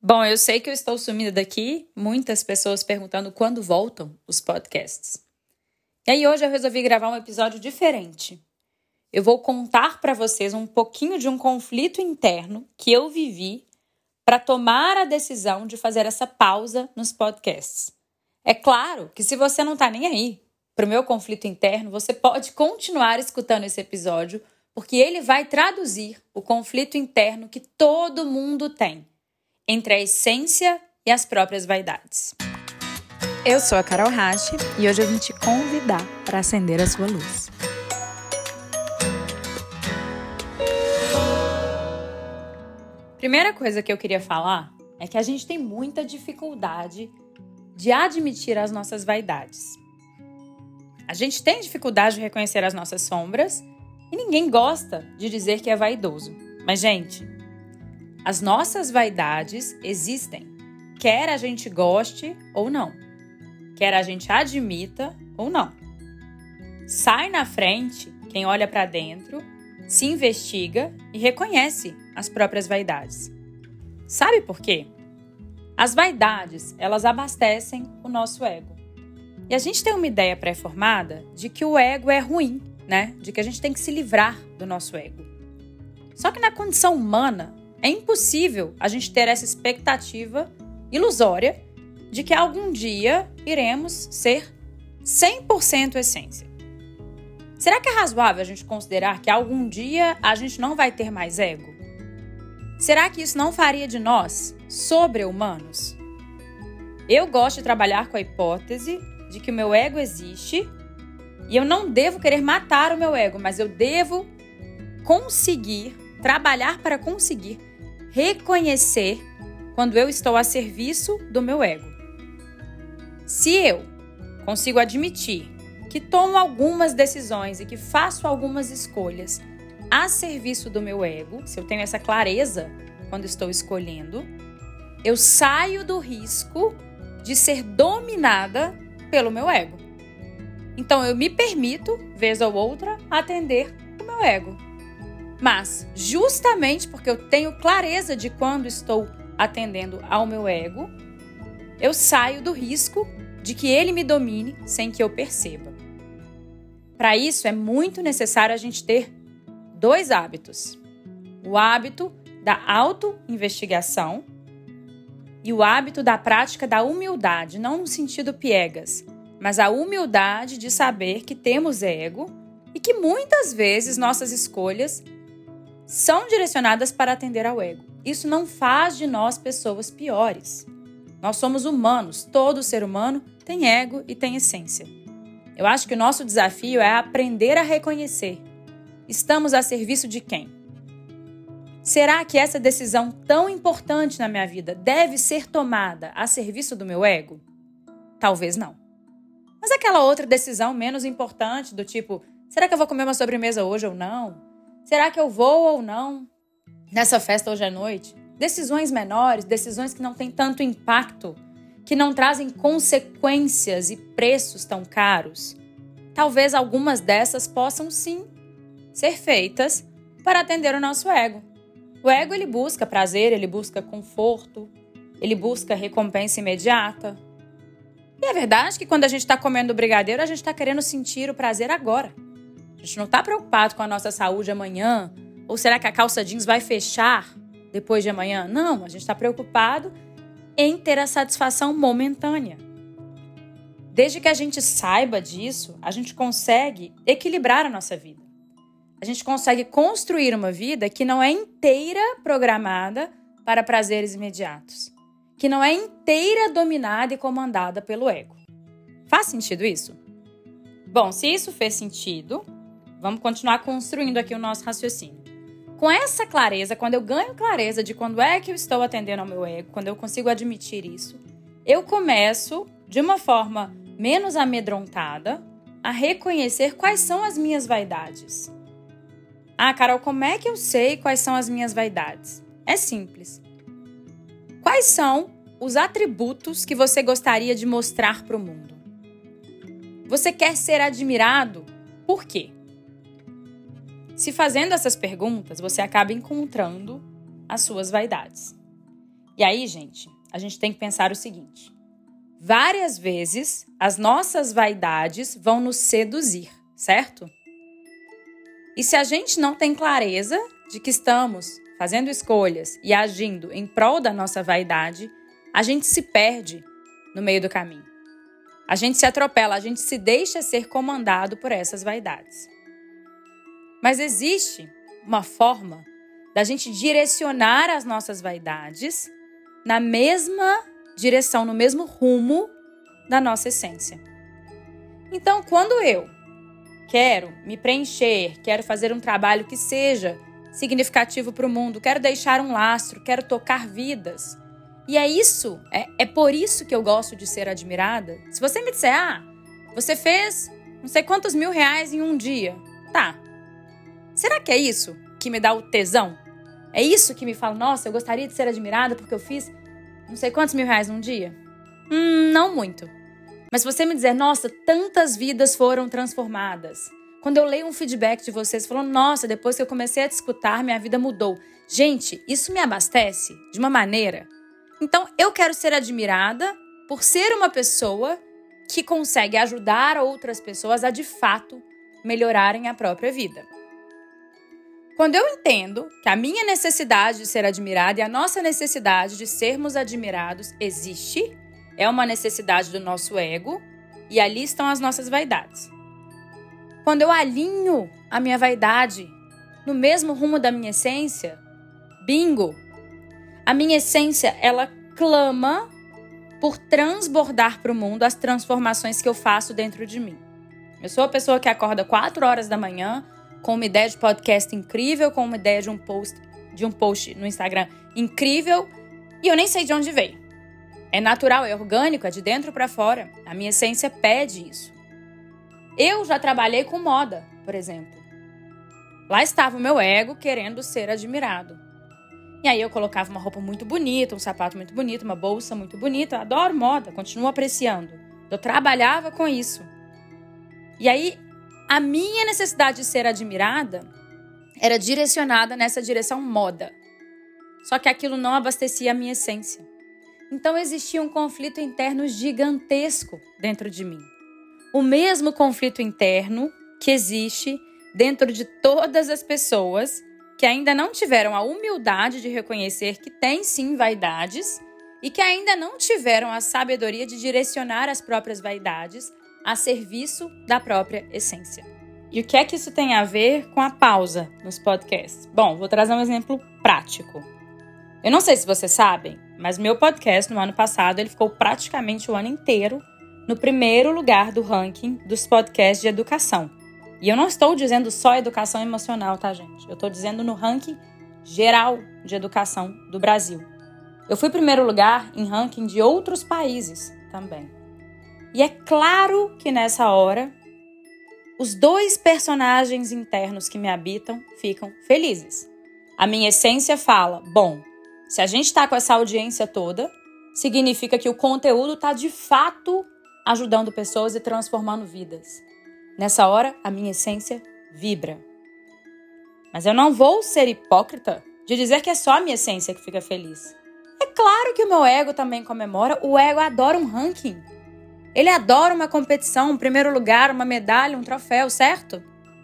Bom, eu sei que eu estou sumida daqui, muitas pessoas perguntando quando voltam os podcasts. E aí hoje eu resolvi gravar um episódio diferente. Eu vou contar para vocês um pouquinho de um conflito interno que eu vivi para tomar a decisão de fazer essa pausa nos podcasts. É claro que se você não está nem aí para o meu conflito interno, você pode continuar escutando esse episódio, porque ele vai traduzir o conflito interno que todo mundo tem entre a essência e as próprias vaidades. Eu sou a Carol Rache e hoje eu vim te convidar para acender a sua luz. Primeira coisa que eu queria falar é que a gente tem muita dificuldade de admitir as nossas vaidades. A gente tem dificuldade de reconhecer as nossas sombras e ninguém gosta de dizer que é vaidoso. Mas, gente, as nossas vaidades existem, quer a gente goste ou não, quer a gente admita ou não. Sai na frente quem olha para dentro, se investiga e reconhece as próprias vaidades. Sabe por quê? As vaidades, elas abastecem o nosso ego. E a gente tem uma ideia pré-formada de que o ego é ruim, né? De que a gente tem que se livrar do nosso ego. Só que na condição humana, é impossível a gente ter essa expectativa ilusória de que algum dia iremos ser 100% essência. Será que é razoável a gente considerar que algum dia a gente não vai ter mais ego? Será que isso não faria de nós sobre-humanos? Eu gosto de trabalhar com a hipótese de que o meu ego existe e eu não devo querer matar o meu ego, mas eu devo conseguir, trabalhar para conseguir reconhecer quando eu estou a serviço do meu ego. Se eu consigo admitir que tomo algumas decisões e que faço algumas escolhas a serviço do meu ego, se eu tenho essa clareza quando estou escolhendo, eu saio do risco de ser dominada pelo meu ego. Então eu me permito, vez ou outra, atender o meu ego. Mas, justamente porque eu tenho clareza de quando estou atendendo ao meu ego, eu saio do risco de que ele me domine sem que eu perceba. Para isso, é muito necessário a gente ter 2 hábitos. O hábito da auto-investigação e o hábito da prática da humildade, não no sentido piegas, mas a humildade de saber que temos ego e que muitas vezes nossas escolhas são direcionadas para atender ao ego. Isso não faz de nós pessoas piores. Nós somos humanos, todo ser humano tem ego e tem essência. Eu acho que o nosso desafio é aprender a reconhecer. Estamos a serviço de quem? Será que essa decisão tão importante na minha vida deve ser tomada a serviço do meu ego? Talvez não. Mas aquela outra decisão menos importante, do tipo, será que eu vou comer uma sobremesa hoje ou não? Será que eu vou ou não nessa festa hoje à noite? Decisões menores, decisões que não têm tanto impacto, que não trazem consequências e preços tão caros. Talvez algumas dessas possam sim ser feitas para atender o nosso ego. O ego, ele busca prazer, ele busca conforto, ele busca recompensa imediata. E é verdade que quando a gente está comendo brigadeiro, a gente está querendo sentir o prazer agora. A gente não está preocupado com a nossa saúde amanhã, ou será que a calça jeans vai fechar depois de amanhã? Não, a gente está preocupado em ter a satisfação momentânea. Desde que a gente saiba disso, a gente consegue equilibrar a nossa vida. A gente consegue construir uma vida que não é inteira programada para prazeres imediatos, que não é inteira dominada e comandada pelo ego. Faz sentido isso? Bom, se isso fez sentido, vamos continuar construindo aqui o nosso raciocínio. Com essa clareza, quando eu ganho clareza de quando é que eu estou atendendo ao meu ego, quando eu consigo admitir isso, eu começo, de uma forma menos amedrontada, a reconhecer quais são as minhas vaidades. Ah, Carol, como é que eu sei quais são as minhas vaidades? É simples. Quais são os atributos que você gostaria de mostrar para o mundo? Você quer ser admirado por quê? Se fazendo essas perguntas, você acaba encontrando as suas vaidades. E aí, gente, a gente tem que pensar o seguinte. Várias vezes, as nossas vaidades vão nos seduzir, certo? E se a gente não tem clareza de que estamos fazendo escolhas e agindo em prol da nossa vaidade, a gente se perde no meio do caminho. A gente se atropela, a gente se deixa ser comandado por essas vaidades. Mas existe uma forma da gente direcionar as nossas vaidades na mesma direção, no mesmo rumo da nossa essência. Então, quando eu quero me preencher, quero fazer um trabalho que seja significativo para o mundo, quero deixar um lastro, quero tocar vidas, e é por isso que eu gosto de ser admirada. Se você me disser, você fez não sei quantos R$1.000 em um dia, tá. Será que é isso que me dá o tesão? É isso que me fala, nossa, eu gostaria de ser admirada porque eu fiz não sei quantos R$1.000 num dia? Não muito. Mas se você me dizer, nossa, tantas vidas foram transformadas. Quando eu leio um feedback de vocês falando, nossa, depois que eu comecei a te escutar, minha vida mudou. Gente, isso me abastece de uma maneira. Então, eu quero ser admirada por ser uma pessoa que consegue ajudar outras pessoas a, de fato, melhorarem a própria vida. Quando eu entendo que a minha necessidade de ser admirada e a nossa necessidade de sermos admirados existe, é uma necessidade do nosso ego e ali estão as nossas vaidades. Quando eu alinho a minha vaidade no mesmo rumo da minha essência, bingo! A minha essência, ela clama por transbordar para o mundo as transformações que eu faço dentro de mim. Eu sou a pessoa que acorda 4 horas da manhã com uma ideia de podcast incrível, com uma ideia de um post no Instagram incrível, e eu nem sei de onde veio. É natural, é orgânico, é de dentro para fora. A minha essência pede isso. Eu já trabalhei com moda, por exemplo. Lá estava o meu ego querendo ser admirado. E aí eu colocava uma roupa muito bonita, um sapato muito bonito, uma bolsa muito bonita. Eu adoro moda, continuo apreciando. Eu trabalhava com isso. E aí a minha necessidade de ser admirada era direcionada nessa direção moda. Só que aquilo não abastecia a minha essência. Então existia um conflito interno gigantesco dentro de mim. O mesmo conflito interno que existe dentro de todas as pessoas que ainda não tiveram a humildade de reconhecer que têm sim vaidades e que ainda não tiveram a sabedoria de direcionar as próprias vaidades a serviço da própria essência. E o que é que isso tem a ver com a pausa nos podcasts? Bom, vou trazer um exemplo prático. Eu não sei se vocês sabem, mas meu podcast no ano passado ele ficou praticamente o ano inteiro no primeiro lugar do ranking dos podcasts de educação. E eu não estou dizendo só educação emocional, tá, gente? Eu estou dizendo no ranking geral de educação do Brasil. Eu fui primeiro lugar em ranking de outros países também. E é claro que nessa hora, os 2 personagens internos que me habitam ficam felizes. A minha essência fala, bom, se a gente está com essa audiência toda, significa que o conteúdo está de fato ajudando pessoas e transformando vidas. Nessa hora, a minha essência vibra. Mas eu não vou ser hipócrita de dizer que é só a minha essência que fica feliz. É claro que o meu ego também comemora. O ego adora um ranking. Ele adora uma competição, um primeiro lugar, uma medalha, um troféu, certo?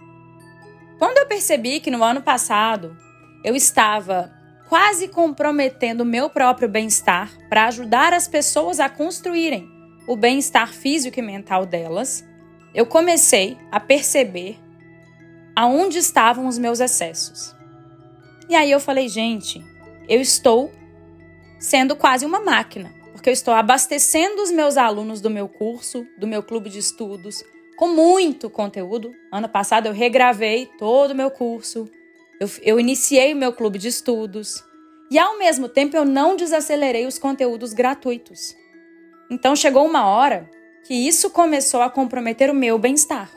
Quando eu percebi que no ano passado eu estava quase comprometendo o meu próprio bem-estar para ajudar as pessoas a construírem o bem-estar físico e mental delas, eu comecei a perceber aonde estavam os meus excessos. E aí eu falei, gente, eu estou sendo quase uma máquina, porque eu estou abastecendo os meus alunos do meu curso, do meu clube de estudos, com muito conteúdo. Ano passado eu regravei todo o meu curso, eu iniciei o meu clube de estudos e ao mesmo tempo eu não desacelerei os conteúdos gratuitos. Então chegou uma hora que isso começou a comprometer o meu bem-estar.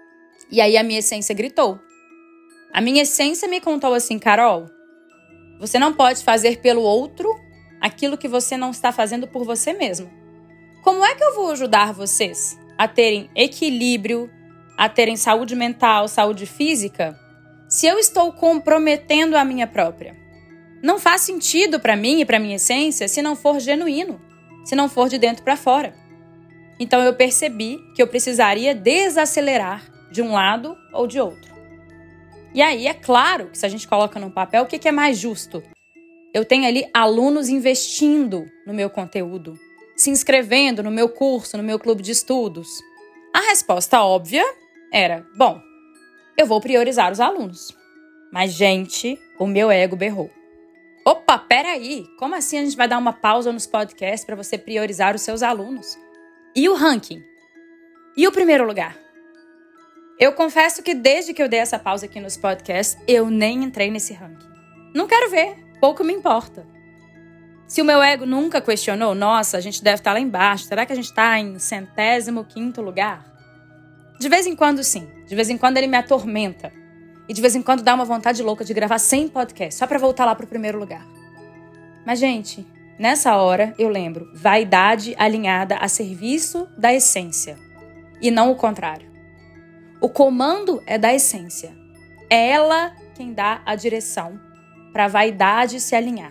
E aí a minha essência gritou. A minha essência me contou assim, Carol, você não pode fazer pelo outro aquilo que você não está fazendo por você mesmo. Como é que eu vou ajudar vocês a terem equilíbrio, a terem saúde mental, saúde física, se eu estou comprometendo a minha própria? não faz sentido para mim e para minha essência se não for genuíno, se não for de dentro para fora. Então eu percebi que eu precisaria desacelerar de um lado ou de outro. E aí é claro que se a gente coloca no papel, o que é mais justo? Eu tenho ali alunos investindo no meu conteúdo, se inscrevendo no meu curso, no meu clube de estudos. A resposta óbvia era, bom, eu vou priorizar os alunos. Mas, gente, o meu ego berrou. Opa, peraí, como assim a gente vai dar uma pausa nos podcasts para você priorizar os seus alunos? E o ranking? E o primeiro lugar? Eu confesso que desde que eu dei essa pausa aqui nos podcasts, eu nem entrei nesse ranking. Não quero ver, pouco me importa. Se o meu ego nunca questionou, nossa, a gente deve estar lá embaixo, será que a gente está em 105º lugar? De vez em quando sim, de vez em quando ele me atormenta. E de vez em quando dá uma vontade louca de gravar 100 podcasts, só para voltar lá pro primeiro lugar. Mas, gente, nessa hora eu lembro, vaidade alinhada a serviço da essência. E não o contrário. O comando é da essência. É ela quem dá a direção para a vaidade se alinhar.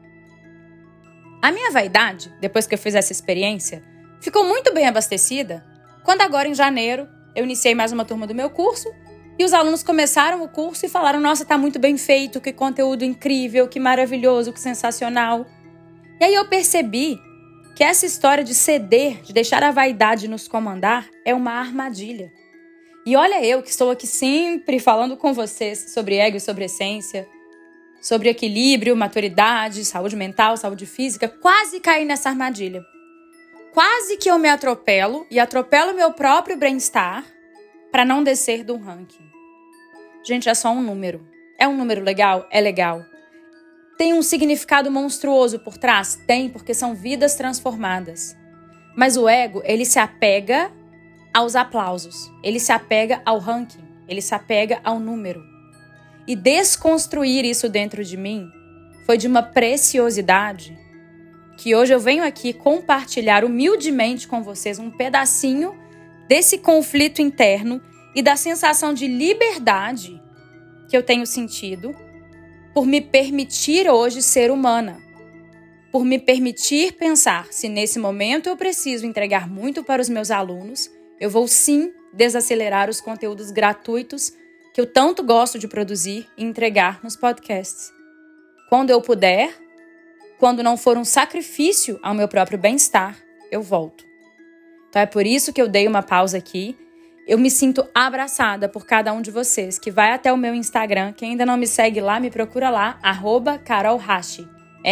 A minha vaidade, depois que eu fiz essa experiência, ficou muito bem abastecida quando agora em janeiro eu iniciei mais uma turma do meu curso e os alunos começaram o curso e falaram, nossa, tá muito bem feito, que conteúdo incrível, que maravilhoso, que sensacional. E aí eu percebi que essa história de ceder, de deixar a vaidade nos comandar, é uma armadilha. E olha eu que estou aqui sempre falando com vocês sobre ego e sobre essência, sobre equilíbrio, maturidade, saúde mental, saúde física, quase caí nessa armadilha. Quase que eu me atropelo e atropelo meu próprio bem-estar para não descer do ranking. Gente, é só um número. É um número legal? É legal. Tem um significado monstruoso por trás? Tem, porque são vidas transformadas. Mas o ego, ele se apega aos aplausos. Ele se apega ao ranking. Ele se apega ao número. E desconstruir isso dentro de mim foi de uma preciosidade que hoje eu venho aqui compartilhar humildemente com vocês um pedacinho desse conflito interno e da sensação de liberdade que eu tenho sentido por me permitir hoje ser humana, por me permitir pensar se nesse momento eu preciso entregar muito para os meus alunos, eu vou sim desacelerar os conteúdos gratuitos que eu tanto gosto de produzir e entregar nos podcasts. Quando eu puder, quando não for um sacrifício ao meu próprio bem-estar, eu volto. Então é por isso que eu dei uma pausa aqui. Eu me sinto abraçada por cada um de vocês que vai até o meu Instagram. Quem ainda não me segue lá, me procura lá, @CarolHache,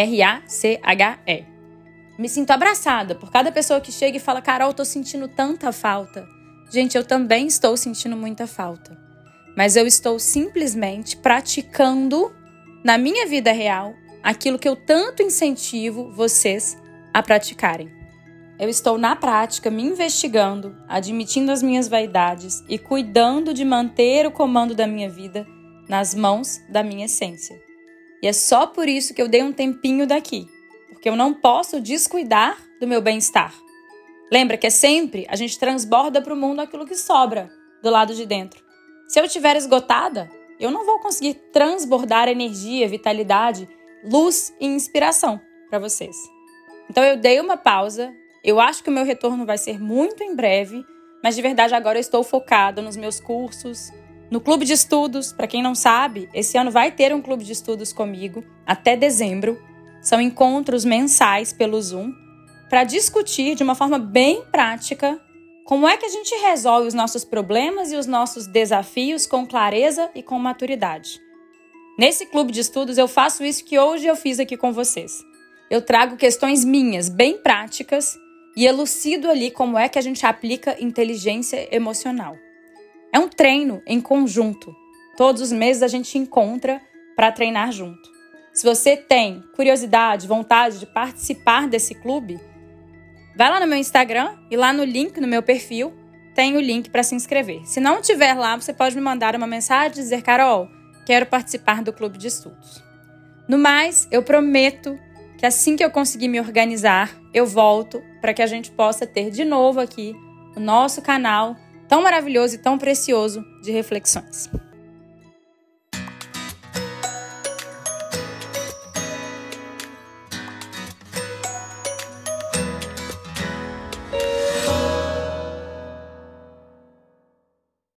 RACHE. Me sinto abraçada por cada pessoa que chega e fala, Carol, tô sentindo tanta falta. Gente, eu também estou sentindo muita falta. Mas eu estou simplesmente praticando na minha vida real aquilo que eu tanto incentivo vocês a praticarem. Eu estou na prática me investigando, admitindo as minhas vaidades e cuidando de manter o comando da minha vida nas mãos da minha essência. E é só por isso que eu dei um tempinho daqui, porque eu não posso descuidar do meu bem-estar. Lembra que é sempre a gente transborda para o mundo aquilo que sobra do lado de dentro. Se eu estiver esgotada, eu não vou conseguir transbordar energia, vitalidade, luz e inspiração para vocês. Então eu dei uma pausa. Eu acho que o meu retorno vai ser muito em breve, mas de verdade agora eu estou focada nos meus cursos, no clube de estudos. Para quem não sabe, esse ano vai ter um clube de estudos comigo até dezembro. São encontros mensais pelo Zoom para discutir de uma forma bem prática como é que a gente resolve os nossos problemas e os nossos desafios com clareza e com maturidade. Nesse clube de estudos eu faço isso que hoje eu fiz aqui com vocês. Eu trago questões minhas bem práticas e elucido ali como é que a gente aplica inteligência emocional. É um treino em conjunto. Todos os meses a gente encontra para treinar junto. Se você tem curiosidade, vontade de participar desse clube, vai lá no meu Instagram e lá no link, no meu perfil, tem o link para se inscrever. Se não tiver lá, você pode me mandar uma mensagem e dizer, Carol, quero participar do clube de estudos. No mais, eu prometo que assim que eu conseguir me organizar, eu volto para que a gente possa ter de novo aqui o nosso canal tão maravilhoso e tão precioso de reflexões.